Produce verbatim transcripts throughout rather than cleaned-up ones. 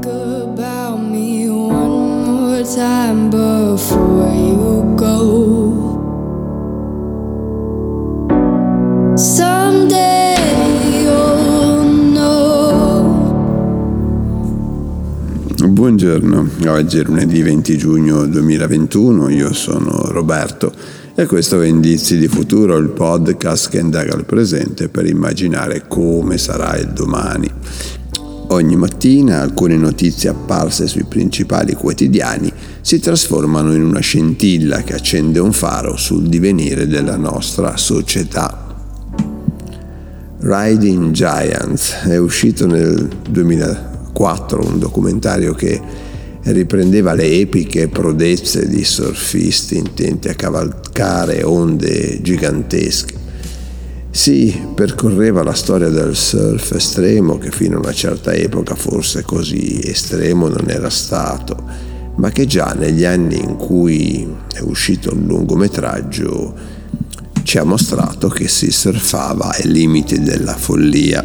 about me one more time before you go. Someday you'll know. Buongiorno, oggi è lunedì venti giugno duemilaventuno, io sono Roberto e questo è Indizi di Futuro, il podcast che indaga il presente per immaginare come sarà il domani. Ogni mattina alcune notizie apparse sui principali quotidiani si trasformano in una scintilla che accende un faro sul divenire della nostra società. Riding Giants è uscito nel duemilaquattro, un documentario che riprendeva le epiche prodezze di surfisti intenti a cavalcare onde gigantesche. Si percorreva la storia del surf estremo, che fino a una certa epoca forse così estremo non era stato, ma che già negli anni in cui è uscito il lungometraggio ci ha mostrato che si surfava ai limiti della follia.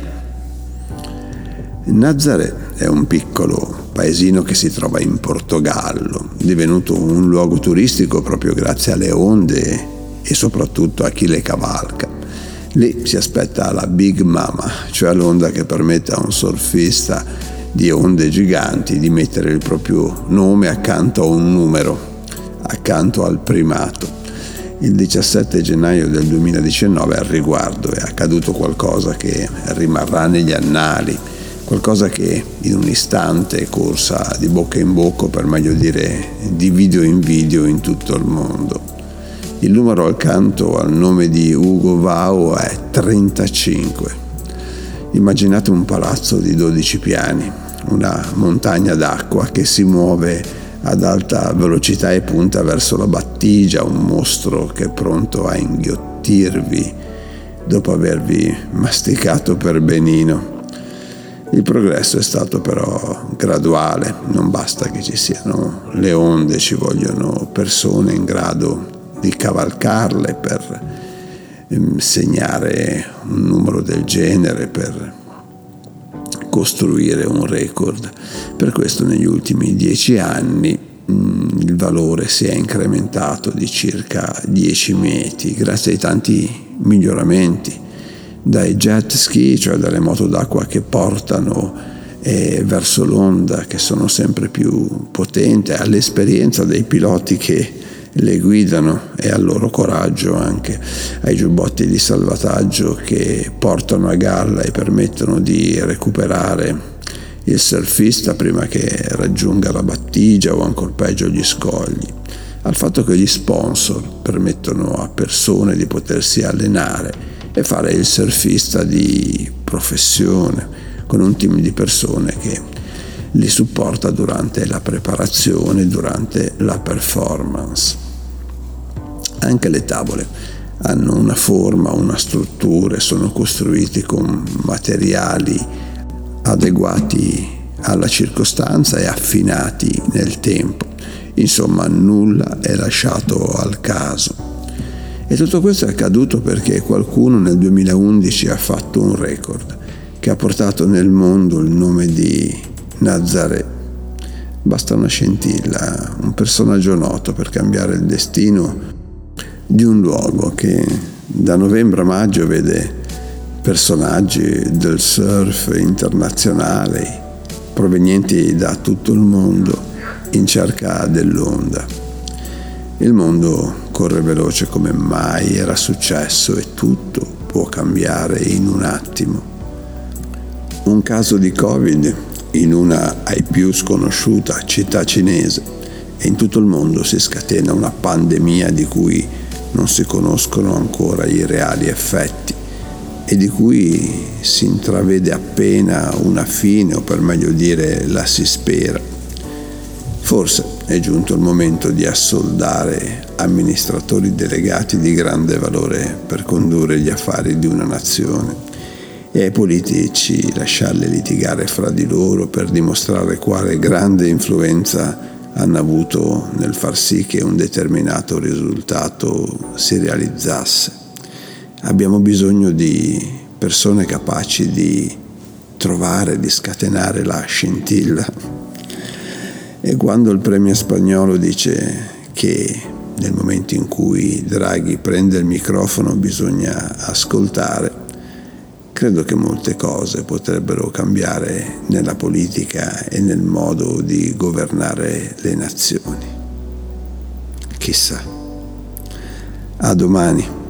Nazaré è un piccolo paesino che si trova in Portogallo, divenuto un luogo turistico proprio grazie alle onde e soprattutto a chi le cavalca. Lì si aspetta la Big Mama, cioè l'onda che permette a un surfista di onde giganti di mettere il proprio nome accanto a un numero, accanto al primato. Il diciassette gennaio del duemiladiciannove al riguardo è accaduto qualcosa che rimarrà negli annali, qualcosa che in un istante è corsa di bocca in bocca, per meglio dire di video in video in tutto il mondo. Il numero accanto al nome di Hugo Vau è trentacinque. Immaginate un palazzo di dodici piani, una montagna d'acqua che si muove ad alta velocità e punta verso la battigia, un mostro che è pronto a inghiottirvi dopo avervi masticato per benino. Il progresso è stato però graduale, non basta che ci siano le onde, ci vogliono persone in grado di cavalcarle per segnare un numero del genere, per costruire un record. Per questo negli ultimi dieci anni mh, il valore si è incrementato di circa dieci metri grazie ai tanti miglioramenti, dai jet ski, cioè dalle moto d'acqua che portano eh, verso l'onda, che sono sempre più potenti, all'esperienza dei piloti che le guidano e al loro coraggio, anche ai giubbotti di salvataggio che portano a galla e permettono di recuperare il surfista prima che raggiunga la battigia o ancor peggio gli scogli, al fatto che gli sponsor permettono a persone di potersi allenare e fare il surfista di professione con un team di persone che li supporta durante la preparazione, durante la performance. Anche le tavole hanno una forma, una struttura, sono costruiti con materiali adeguati alla circostanza e affinati nel tempo. Insomma, nulla è lasciato al caso. E tutto questo è accaduto perché qualcuno nel duemilaundici ha fatto un record che ha portato nel mondo il nome di Nazaré. Basta una scintilla, un personaggio noto per cambiare il destino di un luogo che da novembre a maggio vede personaggi del surf internazionale provenienti da tutto il mondo in cerca dell'onda. Il mondo corre veloce come mai era successo e tutto può cambiare in un attimo. Un caso di Covid in una ai più sconosciuta città cinese e in tutto il mondo si scatena una pandemia di cui non si conoscono ancora i reali effetti e di cui si intravede appena una fine, o per meglio dire la si spera. Forse è giunto il momento di assoldare amministratori delegati di grande valore per condurre gli affari di una nazione e ai politici lasciarli litigare fra di loro per dimostrare quale grande influenza hanno avuto nel far sì che un determinato risultato si realizzasse. Abbiamo bisogno di persone capaci di trovare, di scatenare la scintilla E quando il premier spagnolo dice che nel momento in cui Draghi prende il microfono bisogna ascoltare, credo che molte cose potrebbero cambiare nella politica e nel modo di governare le nazioni. Chissà. A domani.